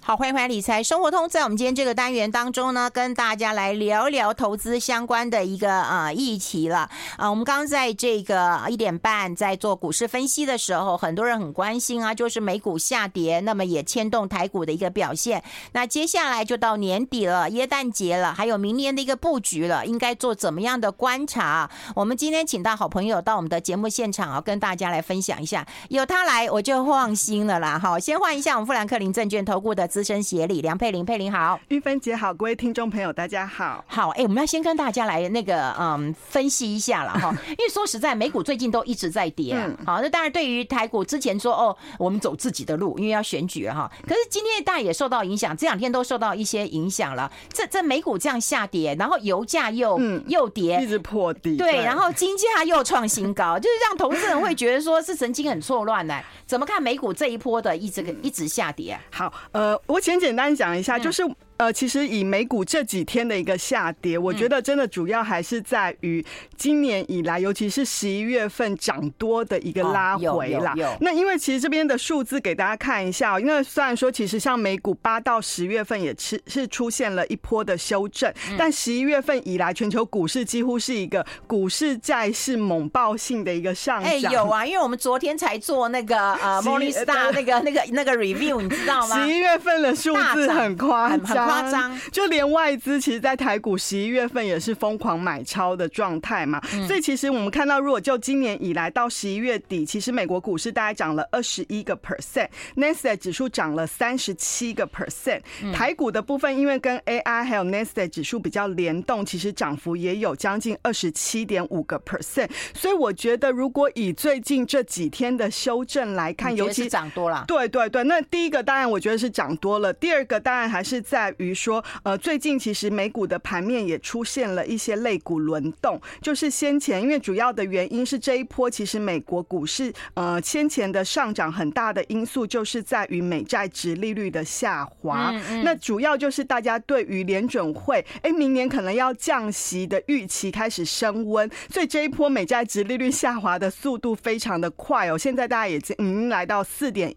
好，欢迎回来理财生活通。在我们今天这个单元当中呢，跟大家来聊聊投资相关的一个议题了。我们刚刚在这个1点半在做股市分析的时候，很多人很关心啊，就是美股下跌，那么也牵动台股的一个表现。那接下来就到年底了，耶诞节了，还有明年的一个布局了，应该做怎么样的观察？我们今天请到好朋友到我们的节目现场啊，跟大家来分享一下。有他来，我就放心了啦。好，先换一下我们富兰克林证券投顾的资深协理梁佩玲，佩玲好， 玉芬姐好，各位听众朋友大家好。 好，我们要先跟大家来那个分析一下了哈，因为说实在，美股最近都一直在跌啊。好，那当然对于台股之前说我们走自己的路，因为要选举哈，可是今天大家也受到影响，这2天都受到一些影响了。这美股这样下跌，然后油价又跌， 一直破底， 对，然后金价又创新高，就是让投资人会觉得说是神经很错乱的。怎么看美股这一波的一直下跌啊？ 好，我简单讲一下，就是其实以美股这几天的一个下跌，我觉得真的主要还是在于今年以来，尤其是11月份涨多的一个拉回啦。那因为其实这边的数字给大家看一下，因为虽然说其实像美股8到10月份也是出现了一波的修正，但11月份以来，全球股市几乎是一个股市债市猛爆性的一个上涨。 有啊，因为我们昨天才做那个Morningstar 那个 review， 你知道吗 ？11月份的数字很夸张，就连外资其实在台股11月份也是疯狂买超的状态嘛。所以其实我们看到，如果就今年以来到11月底，其实美国股市大概涨了21%， Nasdaq 指数涨了37%，台股的部分因为跟 AI 还有 Nasdaq 指数比较联动，其实涨幅也有将近27.5%。所以我觉得，如果以最近这几天的修正来看，尤其是涨多了。 对，那第一个当然我觉得是涨多了，第二个当然还是在于说，最近其实美股的盘面也出现了一些类股轮动，就是先前因为主要的原因是这一波其实美国股市先前的上涨很大的因素就是在于美债殖利率的下滑，那主要就是大家对于联准会明年可能要降息的预期开始升温，所以这一波美债殖利率下滑的速度非常的快现在大家已经来到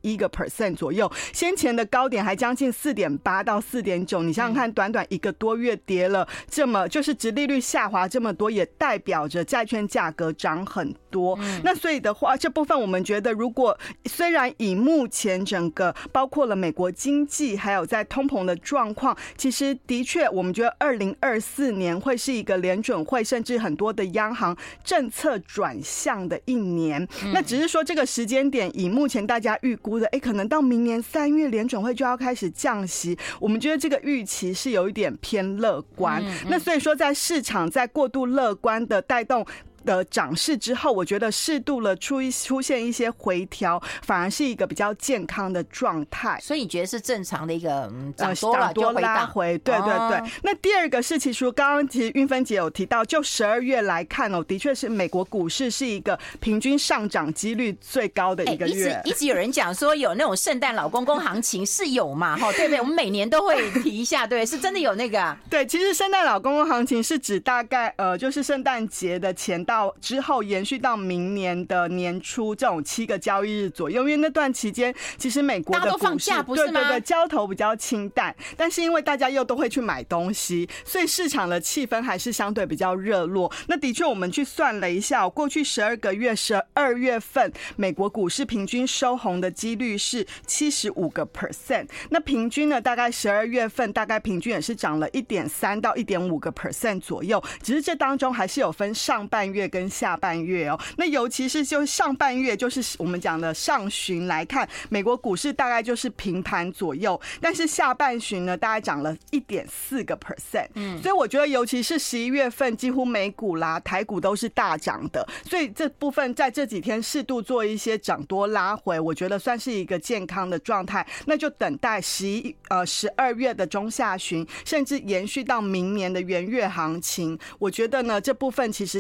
4.1% 左右，先前的高点还将近 4.8 到 4.9， 你想想看，短短1个多月跌了这么，就是殖利率下滑这么多，也代表着债券价格涨很多。那所以的话，这部分我们觉得，如果虽然以目前整个包括了美国经济还有在通膨的状况，其实的确我们觉得2024年会是一个联准会甚至很多的央行政策转向的一年，那只是说这个时间点以目前大家预估的可能到明年3月联准会就要开始降息，我们觉得这个预期是有一点偏乐观。那所以说在市场在过度乐观的带动的涨势之后，我觉得适度了出现一些回调，反而是一个比较健康的状态。 所以你觉得是正常的一个涨多了就回档？ 对。那第二个是，其实刚刚其实韵芬姐有提到，就12月来看的确是美国股市是一个平均上涨几率最高的一个月。 一直有人讲说有那种圣诞老公公行情，是有嘛？对不对？我们每年都会提一下，对，是真的有那个。 对，其实圣诞老公公行情是指大概就是圣诞节的前到之后延续到明年的年初这种7个交易日左右，因为那段期间其实美国的股市大家都放假不是吗？ 对，交投比较清淡，但是因为大家又都会去买东西，所以市场的气氛还是相对比较热络。那的确我们去算了一下，过去12个月12月份美国股市平均收红的几率是 75%， 那平均呢大概12月份大概平均也是涨了 1.3 到 1.5% 左右，只是这当中还是有分上半月跟下半月那尤其是就上半月，就是我们讲的上旬来看，美国股市大概就是平盘左右，但是下半旬呢大概涨了 1.4%，所以我觉得尤其是11月份几乎美股啦台股都是大涨的，所以这部分在这几天适度做一些涨多拉回，我觉得算是一个健康的状态。那就等待12月的中下旬，甚至延续到明年的元月行情，我觉得呢这部分其实在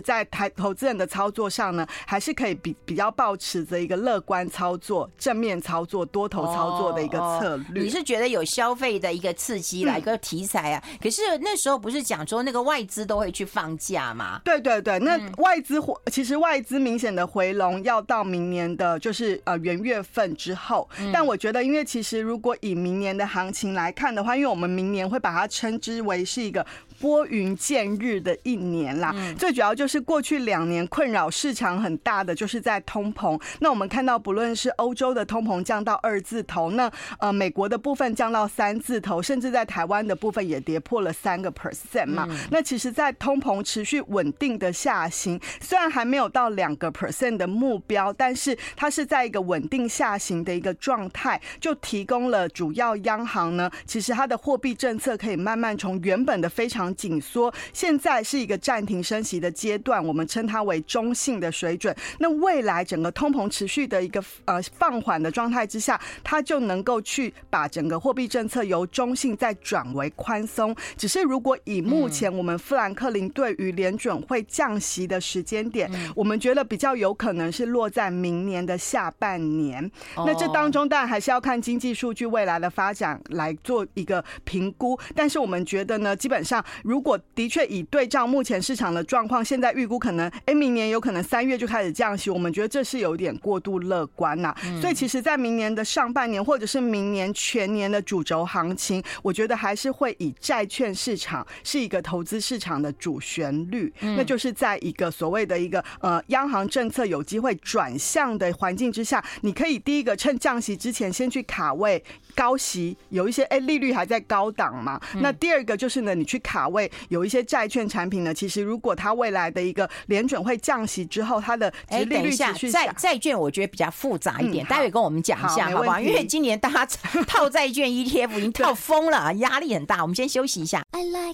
投资人的操作上呢，还是可以比较抱持着一个乐观操作、正面操作、多头操作的一个策略。 你是觉得有消费的一个刺激啦，一个题材啊？可是那时候不是讲说那个外资都会去放假吗？ 对对对，那其实外资明显的回笼要到明年的就是元月份之后，但我觉得因为其实如果以明年的行情来看的话，因为我们明年会把它称之为是一个拨云见日的一年啦，最主要就是过去2年困扰市场很大的就是在通膨。那我们看到不论是欧洲的通膨降到2字头，那美国的部分降到3字头，甚至在台湾的部分也跌破了3% 嘛。那其实在通膨持续稳定的下行，虽然还没有到2% 的目标，但是它是在一个稳定下行的一个状态，就提供了主要央行呢，其实它的货币政策可以慢慢从原本的非常紧缩，现在是一个暂停升息的阶段，我们称它为中性的水准。那未来整个通膨持续的一个放缓的状态之下，它就能够去把整个货币政策由中性再转为宽松。只是如果以目前我们富兰克林对于联准会降息的时间点，我们觉得比较有可能是落在明年的下半年。那这当中当然还是要看经济数据未来的发展来做一个评估，但是我们觉得呢，基本上如果的确以对照目前市场的状况，现在预估可能明年有可能3月就开始降息，我们觉得这是有点过度乐观啦。所以其实在明年的上半年或者是明年全年的主轴行情，我觉得还是会以债券市场是一个投资市场的主旋律，那就是在一个所谓的一个央行政策有机会转向的环境之下，你可以第一个趁降息之前先去卡位高息，有一些利率还在高档嘛。那第二个就是呢，你去卡位有一些债券产品呢，其实如果它未来的一个联准会降息之后，它的殖利率持续下， 债券我觉得比较复杂一点，待会跟我们讲一下好不好？因为今年大家套债券 ETF 已经套疯了，压力很大。我们先休息一下。I like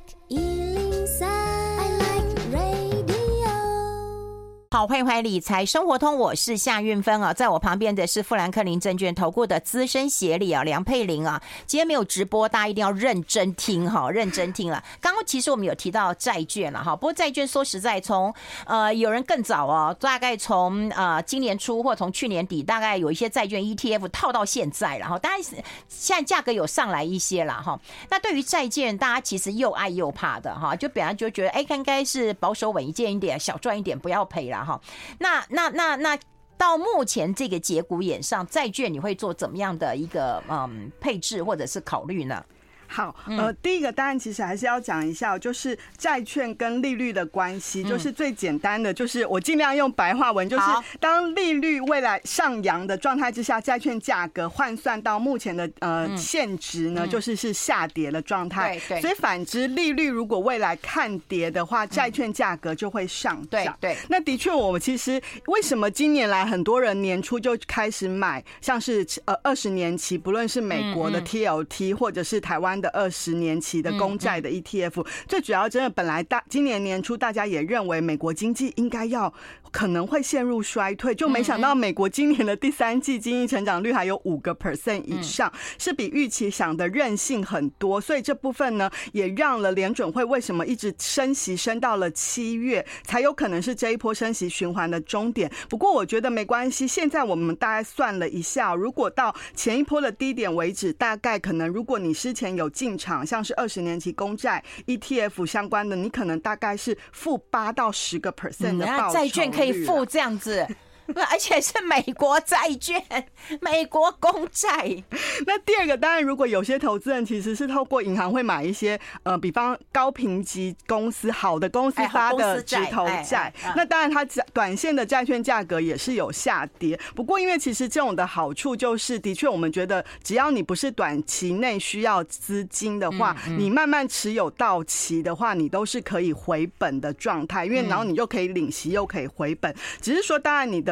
103, I like radio。好，欢迎理财生活通，我是夏韵芬啊，在我旁边的是富兰克林证券投顾的资深协理啊，梁佩玲啊。今天没有直播，大家一定要认真听哈，认真听了。刚刚其实我们有提到债券了哈，不过债券说实在，从有人更早哦，大概从今年初或从去年底，大概有一些债券 ETF 套到现在了哈，当然现在价格有上来一些了哈。那对于债券，大家其实又爱又怕的哈，就本来就觉得应该是保守稳健一点，小赚一点，不要赔啦。那到目前这个节骨眼上，债券你会做怎么样的一个配置或者是考虑呢？ 好，第一个当然其实还是要讲一下，就是债券跟利率的关系，就是最简单的，就是我尽量用白话文，就是当利率未来上扬的状态之下，债券价格换算到目前的现值呢，就是下跌的状态。所以反之，利率如果未来看跌的话，债券价格就会上涨。对，那的确，我们其实为什么今年来很多人年初就开始买，像是20年期，不论是美国的 TLT 或者是台湾的20年期的公债的 ETF， 最主要真的本来今年年初大家也认为美国经济应该可能会陷入衰退，就没想到美国今年的第3季经济成长率还有5% 以上，是比预期想的韧性很多。所以这部分呢，也让了联准会为什么一直升息升到了7月，才有可能是这一波升息循环的终点。不过我觉得没关系，现在我们大概算了一下，如果到前一波的低点为止，大概可能如果你之前有进场，像是20年期公债 ETF 相关的，你可能大概是-8%到10% 的报酬率。 债券可以付这样子。而且是美国债券、美国公债。 那第二个，当然，如果有些投资人其实是透过银行会买一些比方高评级公司、好的公司发的直投债，那当然它短线的债券价格也是有下跌。不过，因为其实这种的好处就是，的确我们觉得，只要你不是短期内需要资金的话，你慢慢持有到期的话，你都是可以回本的状态，因为然后你又可以领息又可以回本。只是说，当然你的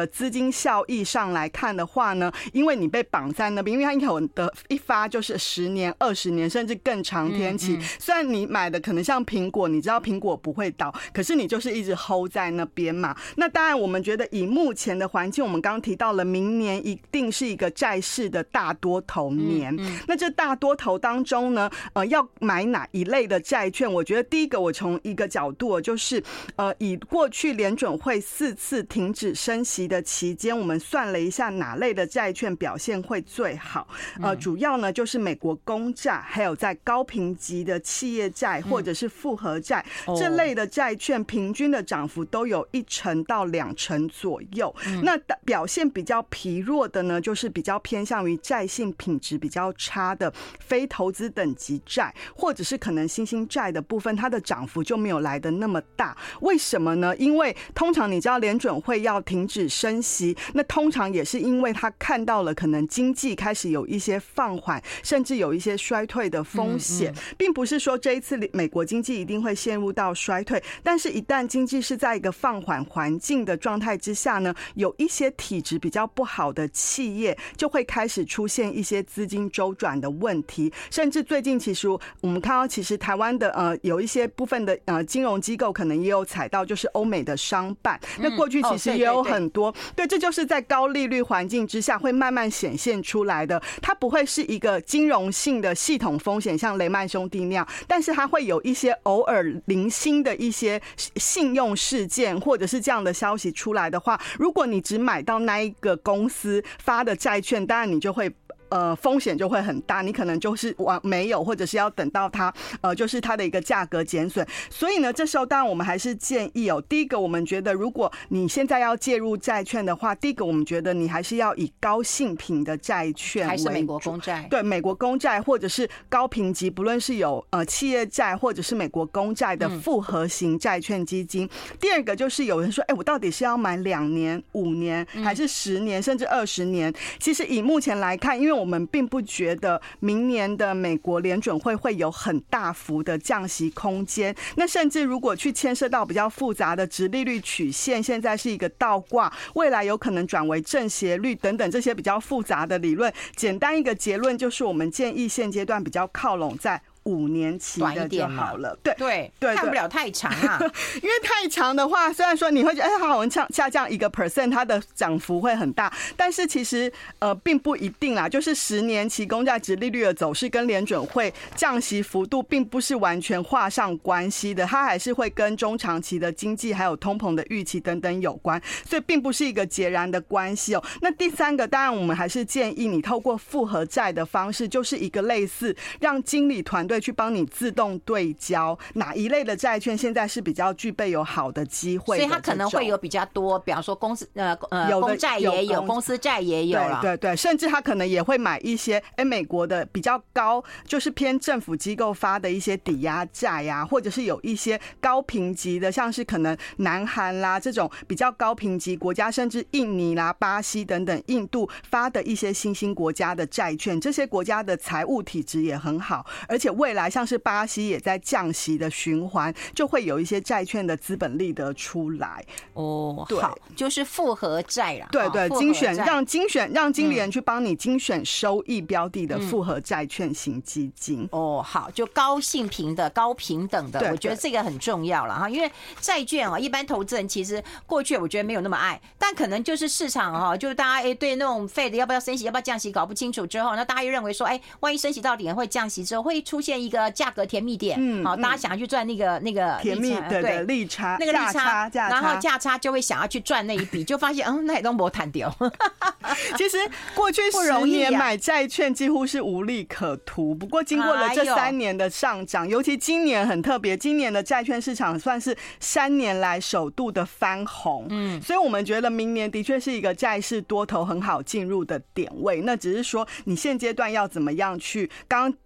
的资金效益上来看的话呢，因为你被绑在那边，因为它有的一发就是10年、20年，甚至更长天期。虽然你买的可能像苹果，你知道苹果不会倒，可是你就是一直 hold 在那边嘛。那当然，我们觉得以目前的环境，我们刚刚提到了，明年一定是一个债市的大多头年。那这大多头当中呢，要买哪一类的债券？我觉得第一个，我从一个角度就是以过去联准会4次停止升息的期间，我们算了一下哪类的债券表现会最好。主要呢就是美国公债，还有在高评级的企业债或者是复合债这类的债券，平均的涨幅都有1%到2%左右。那表现比较疲弱的呢，就是比较偏向于债性品质比较差的非投资等级债，或者是可能新兴债的部分，它的涨幅就没有来得那么大。为什么呢？因为通常你知道联准会要停止升息，那通常也是因为他看到了可能经济开始有一些放缓，甚至有一些衰退的风险，并不是说这一次美国经济一定会陷入到衰退，但是一旦经济是在一个放缓环境的状态之下呢，有一些体质比较不好的企业就会开始出现一些资金周转的问题，甚至最近其实我们看到，其实台湾的有一些部分的金融机构可能也有踩到，就是欧美的商办。那过去其实也有很多，对，这就是在高利率环境之下会慢慢显现出来的。它不会是一个金融性的系统风险，像雷曼兄弟那样，但是它会有一些偶尔零星的一些信用事件，或者是这样的消息出来的话，如果你只买到那一个公司发的债券，当然你就会风险就会很大，你可能就是没有，或者是要等到它就是它的一个价格减损。所以呢，这时候当然我们还是建议第一个，我们觉得如果你现在要介入债券的话，第一个我们觉得你还是要以高信评的债券为主， 还是美国公债， 对，美国公债或者是高评级，不论是有企业债或者是美国公债的复合型债券基金。第二个就是有人说，我到底是要买2年、5年，还是10年，甚至20年？其实以目前来看，因为我们并不觉得明年的美国联准会会有很大幅的降息空间。那甚至如果去牵涉到比较复杂的殖利率曲线，现在是一个倒挂，未来有可能转为正斜率等等这些比较复杂的理论，简单一个结论就是，我们建议现阶段比较靠拢在5年期的就好了。 对，看不了太长啊。 因为太长的话，虽然说你会觉得它好像下降1%，它的涨幅会很大，但是其实并不一定啦。就是10年期公债殖利率的走势跟联准会降息幅度并不是完全画上关系的，它还是会跟中长期的经济还有通膨的预期等等有关，所以并不是一个截然的关系。那第三个，当然我们还是建议你透过复合债的方式，就是一个类似让经理团队去帮你自动对焦哪一类的债券现在是比较具备有好的机会的， 所以它可能会有比较多，比方说公司公债也有，公司债也有了， 对，甚至他可能也会买一些美国的比较高，就是偏政府机构发的一些抵押债呀，或者是有一些高评级的，像是可能南韩啦这种比较高评级国家，甚至印尼啦、巴西等等印度发的一些新兴国家的债券，这些国家的财务体质也很好，而且未来像是巴西也在降息的循环，就会有一些债券的资本利得出来。 好，就是复合债啦。 对，让经理人去帮你精选收益标的的复合债券型基金。 好，就高信评的、高平等的，我觉得这个很重要了哈。因为债券一般投资人其实过去我觉得没有那么爱，但可能就是市场就是大家对那种Fed要不要升息、要不要降息搞不清楚之后，那大家又认为说，万一升息到底会降息之后，会出现一个价格甜蜜点，大家想要去赚那个甜蜜的利差， 那个利差，然后价差就会想要去赚那一笔，就发现那也都没谈掉。 其实过去10年买债券几乎是无利可图，不过经过了这3年的上涨，尤其今年很特别，今年的债券市场算是3年来首度的翻红，所以我们觉得明年的确是一个债市多头很好进入的点位。那只是说你现阶段要怎么样去，刚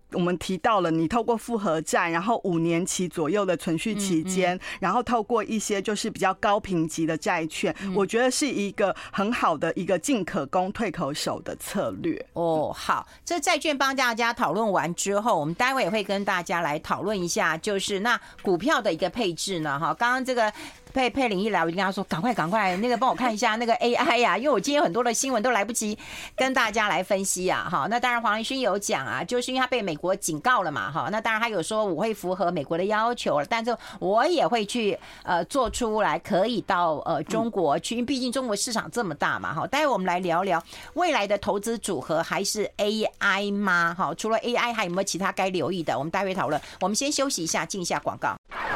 我们提到了，你透过复合债，然后5年期左右的存续期间，然后透过一些就是比较高评级的债券，我觉得是一个很好的一个进可攻退可守的策略。 好，这债券帮大家讨论完之后，我们待会也会跟大家来讨论一下，就是那股票的一个配置呢。哈，刚刚这个佩玲一来，我就跟他说赶快那个帮我看一下那个 AI 呀，因为我今天有很多的新闻都来不及跟大家来分析啊。哈，那当然黄仁勋有讲啊，就是因为他被美国警告了嘛。哈，那当然他有说我会符合美国的要求，但是我也会去做出来可以到中国去，因为毕竟中国市场这么大嘛。哈，待会我们来聊聊未来的投资组合还是 AI 吗？哈，除了 AI 还有没有其他该留意的？我们待会讨论。我们先休息一下，进一下广告。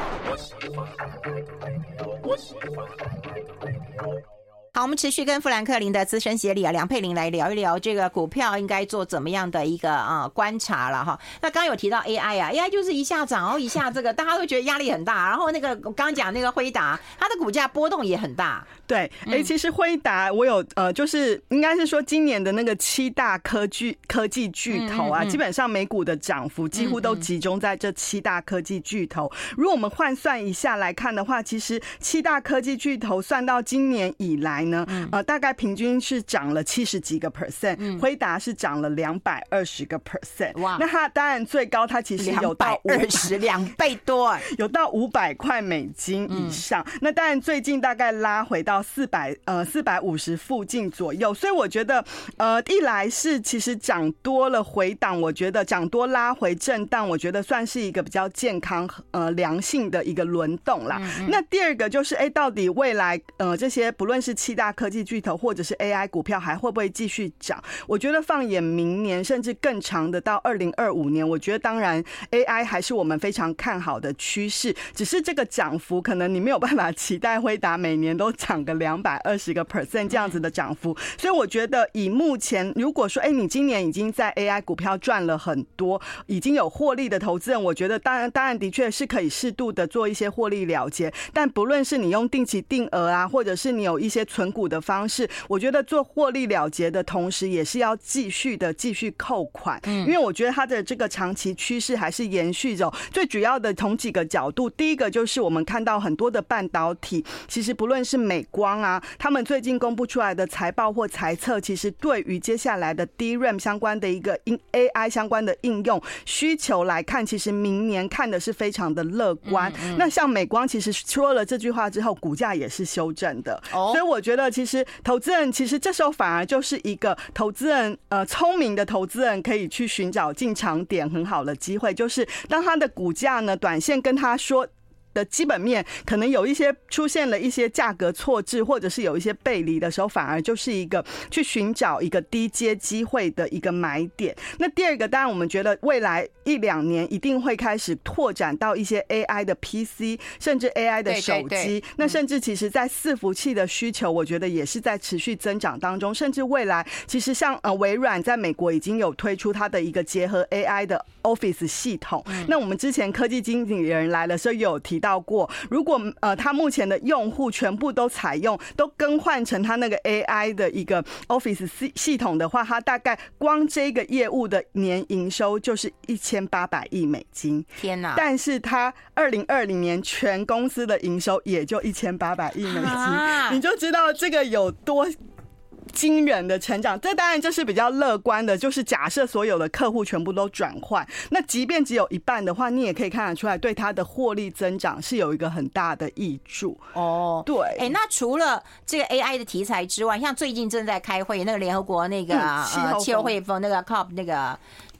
好，我们持续跟富兰克林的资深协理梁佩玲来聊一聊这个股票应该做怎么样的一个观察了哈。那刚刚有提到 AI 啊 ，AI 就是一下涨，然后一下这个大家都觉得压力很大，然后那个我刚刚讲那个辉达，它的股价波动也很大。 对，其实辉达我有就是应该是说今年的那个7大科技巨头啊，基本上美股的涨幅几乎都集中在这7大科技巨头。如果我们换算一下来看的话，其实7大科技巨头算到今年以来呢，大概平均是涨了70几个%，辉达是涨了220个%。哇！那它当然最高，它其实有到 2倍多， 有到500块美金以上。那当然最近大概拉回到450附近左右。所以我觉得一来是其实涨多了回档，我觉得涨多拉回震荡，我觉得算是一个比较健康良性的一个轮动啦。那第二个就是到底未来这些不论是7大科技巨头或者是 AI 股票还会不会继续涨？我觉得放眼明年甚至更长的到2025年，我觉得当然 AI 还是我们非常看好的趋势，只是这个涨幅可能你没有办法期待辉达每年都涨个220个%这样子的涨幅。所以我觉得以目前如果说你今年已经在 AI 股票赚了很多，已经有获利的投资人，我觉得当然的确是可以适度的做一些获利了结。但不论是你用定期定额啊，或者是你有一些存股的方式，我觉得做获利了结的同时也是要继续扣款，因为我觉得它的这个长期趋势还是延续着。最主要的从几个角度，第一个就是我们看到很多的半导体，其实不论是美光啊，他们最近公布出来的财报或财测，其实对于接下来的 DRAM 相关的一个 AI 相关的应用需求来看，其实明年看的是非常的乐观。那像美光其实说了这句话之后，股价也是修正的。所以我觉得其实投资人其实这时候反而就是一个投资人聪明的投资人可以去寻找进场点很好的机会，就是当他的股价呢短线跟他说的基本面可能有一些出现了一些价格错置，或者是有一些背离的时候，反而就是一个去寻找一个低阶机会的一个买点。那第二个当然我们觉得未来1-2年一定会开始拓展到一些 AI 的 PC 甚至 AI 的手机，那甚至其实在伺服器的需求我觉得也是在持续增长当中，甚至未来其实像微软在美国已经有推出它的一个结合 AI 的 Office 系统。那我们之前科技经理人来的时候也有提到过，如果他目前的用户全部都采用都更换成他那个 AI 的一个 Office 系统的话，他大概光这个业务的年营收就是1800亿美金。 天哪！ 但是他2020年全公司的营收也就1800亿美金，你就知道这个有多惊人的成长。这当然就是比较乐观的，就是假设所有的客户全部都转换，那即便只有一半的话，你也可以看得出来对它的获利增长是有一个很大的益处。对。那除了这个 AI 的题材之外，像最近正在开会那个联合国那个气候会峰那个 COP 那个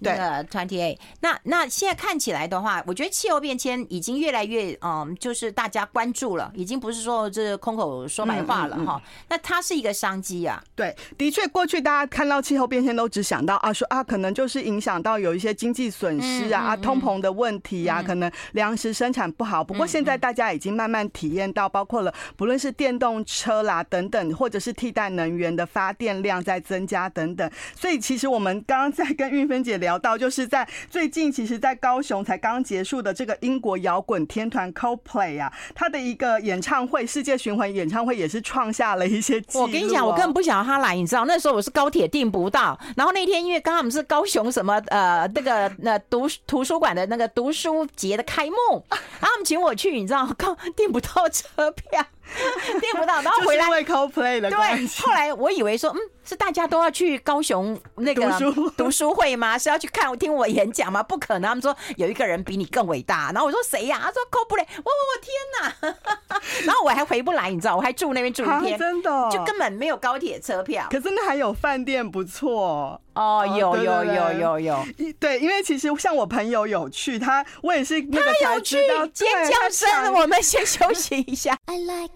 28，那现在看起来的话，我觉得气候变迁已经越来越就是大家关注了，已经不是说这空口说白话了哈。那它是一个商机啊。 对，的确，过去大家看到气候变迁都只想到说可能就是影响到有一些经济损失啊，通膨的问题啊，可能粮食生产不好。不过现在大家已经慢慢体验到，包括了不论是电动车啦等等，或者是替代能源的发电量在增加等等。所以其实我们刚刚在跟韵芬姐聊聊到，就是在最近，其实在高雄才刚结束的这个英国摇滚天团 Coldplay 啊，他的一个演唱会，世界巡回演唱会也是创下了一些记录。 我跟你讲，我根本不想要他来，你知道，那时候我是高铁订不到，然后那天因为刚好我们是高雄什么那个图书馆的那个读书节的开幕，然后他们请我去，你知道，订不到车票。订不到，然后回来就是因为 Coldplay 的关系。 对，后来我以为说，是大家都要去高雄那个读书会吗？是要去听我演讲吗？不可能，他们说有一个人比你更伟大。然后我说谁呀？他说 Coldplay。我天哪！然后我还回不来，你知道，我还住那边住一天， 真的， 就根本没有高铁车票。 可是那还有饭店不错哦，有。 对，因为其实像我朋友有去，我也是那个才知道。 尖叫声，我们先休息一下。 I like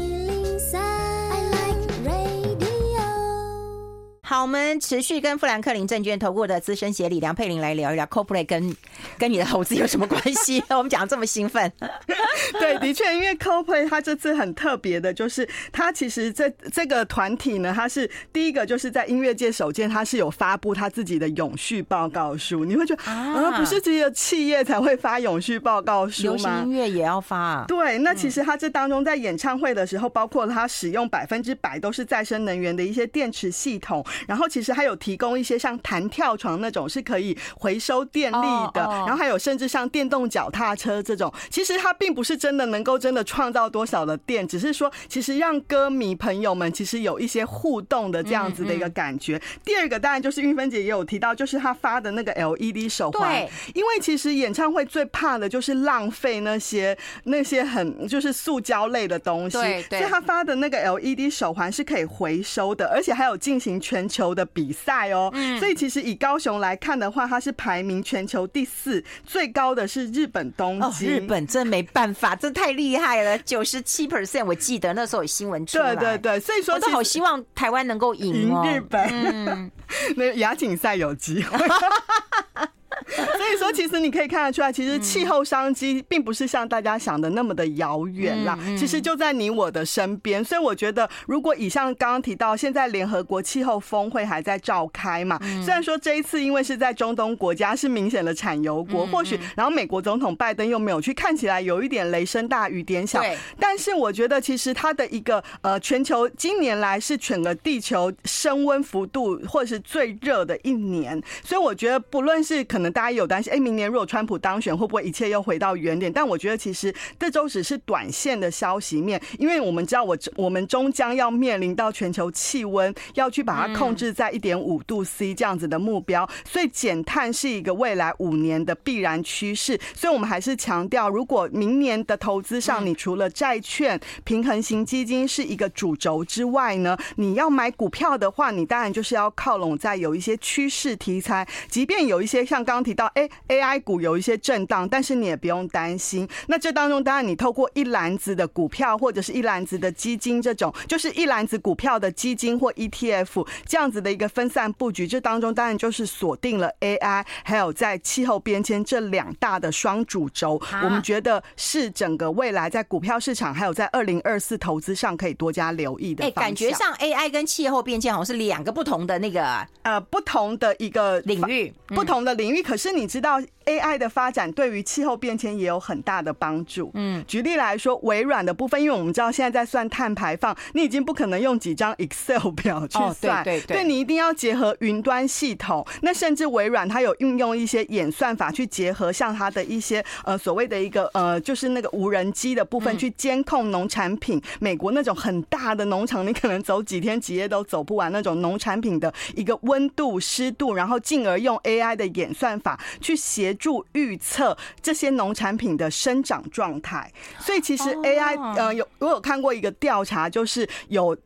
103, I like radio。 好，我们持续跟富兰克林证券投顾的资深协理梁佩玲来聊一聊 Coldplay 跟你的投资有什么关系？我们讲得这么兴奋。 对，的确，因为 Coldplay 他这次很特别的，就是他其实这个团体呢，他是第一个就是在音乐界首见，他是有发布他自己的永续报告书。你会觉得不是只有企业才会发永续报告书吗？ 流行音乐也要发啊。 对，那其实他这当中在演唱会的时候，包括他使用100%都是再生能源的一些电池系统，然后其实还有提供一些像弹跳床那种是可以回收电力的，然后还有甚至像电动脚踏车这种，其实它并不是真的能够真的创造多少的电，只是说其实让歌迷朋友们其实有一些互动的这样子的一个感觉。第二个当然就是韵芬姐也有提到，就是他发的那个 LED 手环，因为其实演唱会最怕的就是浪费那些很就是塑胶类的东西，所以他发的那个 LED 手环是可以回收的，而且还有进行全球的比赛哦。所以其实以高雄来看的话，它是排名全球第4，最高的是日本东京。 日本真没办法，这太厉害了，97%，我记得那时候有新闻出来。 对，所以说我都好希望台湾能够赢日本。那亚锦赛有机会。所以说，其实你可以看得出来，其实气候商机并不是像大家想的那么的遥远啦，其实就在你我的身边。所以我觉得，如果以上刚刚提到，现在联合国气候峰会还在召开嘛，虽然说这一次因为是在中东国家，是明显的产油国，或许然后美国总统拜登又没有去，看起来有一点雷声大雨点小。但是我觉得，其实它的一个全球今年来是整个地球升温幅度或者是最热的一年，所以我觉得不论是可能大家有担心，明年如果川普当选，会不会一切又回到原点？但我觉得其实这都只是短线的消息面，因为我们知道我们终将要面临到全球气温要去把它控制在1.5度 C 这样子的目标，所以减碳是一个未来5年的必然趋势。所以我们还是强调，如果明年的投资上，你除了债券、平衡型基金是一个主轴之外呢，你要买股票的话，你当然就是要靠拢在有一些趋势题材，即便有一些像刚刚提到AI 股有一些震荡，但是你也不用担心。那这当中当然你透过一篮子的股票或者是一篮子的基金，这种就是一篮子股票的基金或 ETF 这样子的一个分散布局，这当中当然就是锁定了 AI 还有在气候变迁这2大的双主轴，我们觉得是整个未来在股票市场还有在2024投资上可以多加留意的方向。 感觉上 AI 跟气候变迁好像是2个不同的那个不同的一个领域， 不同的领域。可是你知道 AI 的发展对于气候变迁也有很大的帮助。举例来说，微软的部分，因为我们知道现在在算碳排放，你已经不可能用几张 Excel 表去算，对，你一定要结合云端系统。那甚至微软它有运用一些演算法去结合像它的一些所谓的一个就是那个无人机的部分去监控农产品。美国那种很大的农场，你可能走几天几夜都走不完那种农产品的一个温度、湿度，然后进而用 AI 的演算法去协助预测这些农产品的生长状态。所以其实 AI 我有看过一个调查，就是有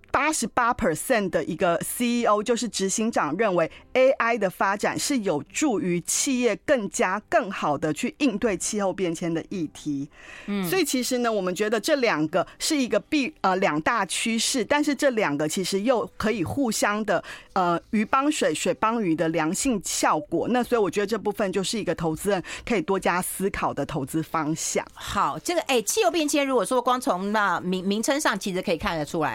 88% 的一个 CEO 就是执行长认为 AI 的发展是有助于企业更好的去应对气候变迁的议题。所以其实呢，我们觉得这2个是一个2大趋势，但是这2个其实又可以互相的鱼帮水，水帮鱼的良性效果。那所以我觉得这部分就是一个投资人可以多加思考的投资方向。 好，这个气候变迁如果说光从名称上其实可以看得出来啊。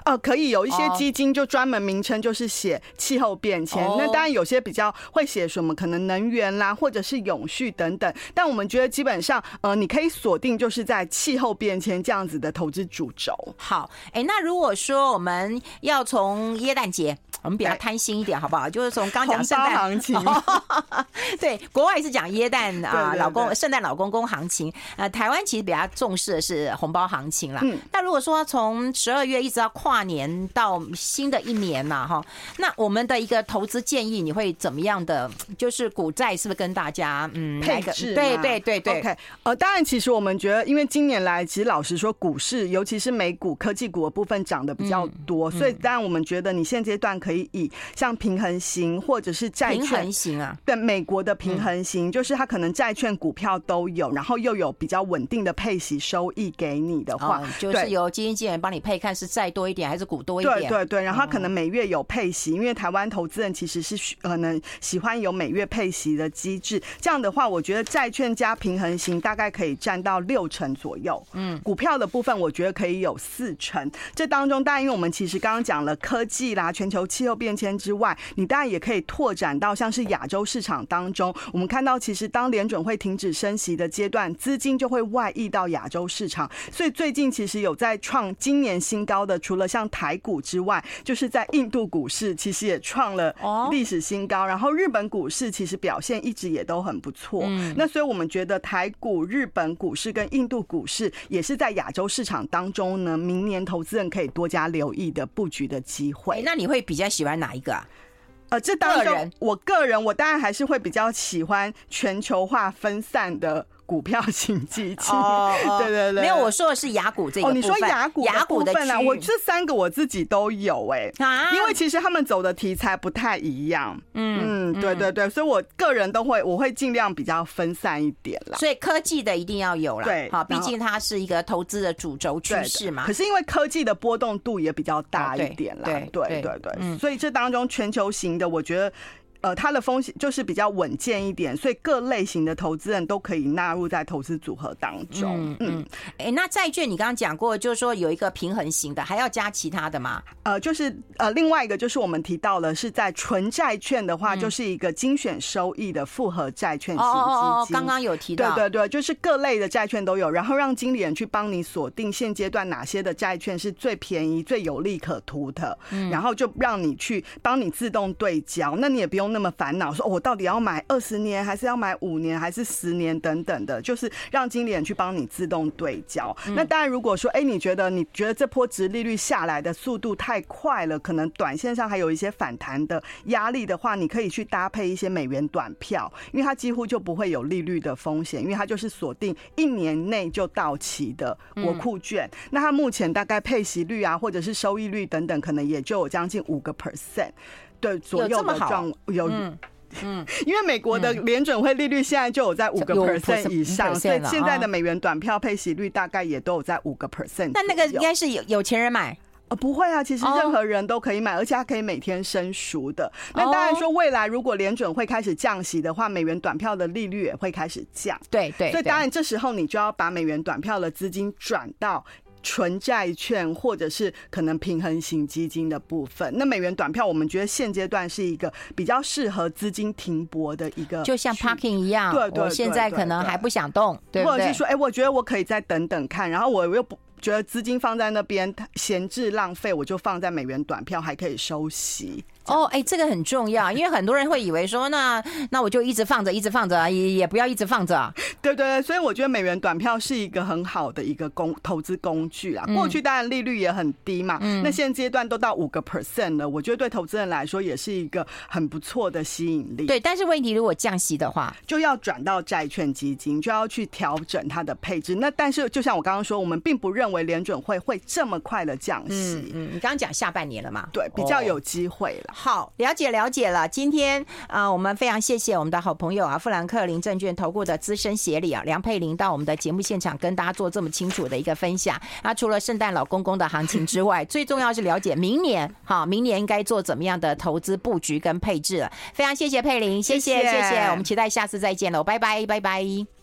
可以有一些基金就专门名称就是写气候变迁，那当然有些比较会写什么可能能源啦，或者是永续等等。但我们觉得基本上你可以锁定就是在气候变迁这样子的投资主轴。 好，那如果说我们要从耶诞节，我们比较贪心一点好不好？就是从刚讲圣诞行情， 对，国外是讲耶诞老公圣诞老公公行情，台湾其实比较重视的是红包行情啦。那如果说从12月一直到跨年到新的一年嘛，哈，那我们的一个投资建议，你会怎么样的？就是股债是不是跟大家配置？ 对对对对。 OK， 当然，其实我们觉得，因为今年来，其实老实说，股市尤其是美股科技股的部分涨得比较多，所以当然我们觉得你现阶段可以以像平衡型或者是债券平衡型啊， 对美国的平衡型，就是它可能债券、股票都有，然后又有比较稳定的配息收益给你的话， 就是由基金经理人帮你配，看是债多一点还是股多一点。 对对对，然后它可能每月有配息，因为台湾投资人其实是可能喜欢有每月配息的机制。这样的话，我觉得债券加平衡型大概可以占到60%左右。股票的部分我觉得可以有40%。这当中，当然因为我们其实刚刚讲了科技啦、全球气候变迁之外，你当然也可以拓展到像是亚洲市场当中。我们看到，其实当联准会停止升息的阶段，资金就会外溢到亚洲市场。所以最近其实有在创今年新高的，除了像台股之外，就是在印度股市其实也创了历史新高。然后日本股市其实表现一直也都很不错。那所以我们觉得台股、日本股市跟印度股市也是在亚洲市场当中呢，明年投资人可以多加留意的布局的机会。 那你会比较喜欢哪一个啊？ 这当中我当然还是会比较喜欢全球化分散的股票型基金。对对对， 没有，我说的是雅股这个部分。 你说雅股的部分啊？我这3个我自己都有因为其实他们走的题材不太一样。对对对，所以我个人我会尽量比较分散一点啦。 所以科技的一定要有啦， 对， 好，毕竟它是一个投资的主轴趋势嘛。 可是因为科技的波动度也比较大一点啦，对对对对，所以这当中全球型的，我觉得。它的风险就是比较稳健一点，所以各类型的投资人都可以纳入在投资组合当中。 那债券你刚刚讲过，就是说有一个平衡型的，还要加其他的吗？ 就是另外一个就是我们提到了是在纯债券的话，就是一个精选收益的复合债券型基金。 刚刚有提到， 对对对，就是各类的债券都有，然后让经理人去帮你锁定现阶段哪些的债券是最便宜、最有利可图的，然后就让你去帮你自动对焦，那你也不用那么烦恼说我到底要买20年还是要买5年还是10年等等的，就是让经理人去帮你自动对焦。那当然如果说你觉得这波殖利率下来的速度太快了，可能短线上还有一些反弹的压力的话，你可以去搭配一些美元短票，因为它几乎就不会有利率的风险，因为它就是锁定1年内就到期的国库券。那它目前大概配息率啊或者是收益率等等可能也就有将近5%对左右的状有。因为美国的联准会利率现在就有在5% 以上，所以现在的美元短票配息率大概也都有在5%。 但那个应该是有钱人买。 不会啊，其实任何人都可以买，而且它可以每天生赎的。那当然说，未来如果联准会开始降息的话，美元短票的利率也会开始降。 对对， 所以当然这时候你就要把美元短票的资金转到纯债券或者是可能平衡型基金的部分。那美元短票我们觉得现阶段是一个比较适合资金停泊的一个， 就像 parking 一样。 对， 我现在可能还不想动，对不对？ 或者是说我觉得我可以再等等看，然后我又不觉得资金放在那边闲置浪费，我就放在美元短票还可以收息。 这个很重要，因为很多人会以为说，那我就一直放着，也不要一直放着。 对对对，所以我觉得美元短票是一个很好的一个投资工具啦。过去当然利率也很低嘛，那现阶段都到5% 了，我觉得对投资人来说也是一个很不错的吸引力。 对，但是问题如果降息的话， 就要转到债券基金，就要去调整它的配置。那但是就像我刚刚说，我们并不认为联准会这么快的降息。 你刚刚讲下半年了嘛？ 对，比较有机会了。 好，了解了。今天我们非常谢谢我们的好朋友富兰克林证券投顾的资深协理梁佩玲到我们的节目现场跟大家做这么清楚的一个分享。除了圣诞老公公的行情之外，最重要是了解明年应该做怎么样的投资布局跟配置了。非常谢谢佩玲，谢谢，我们期待下次再见了，拜拜。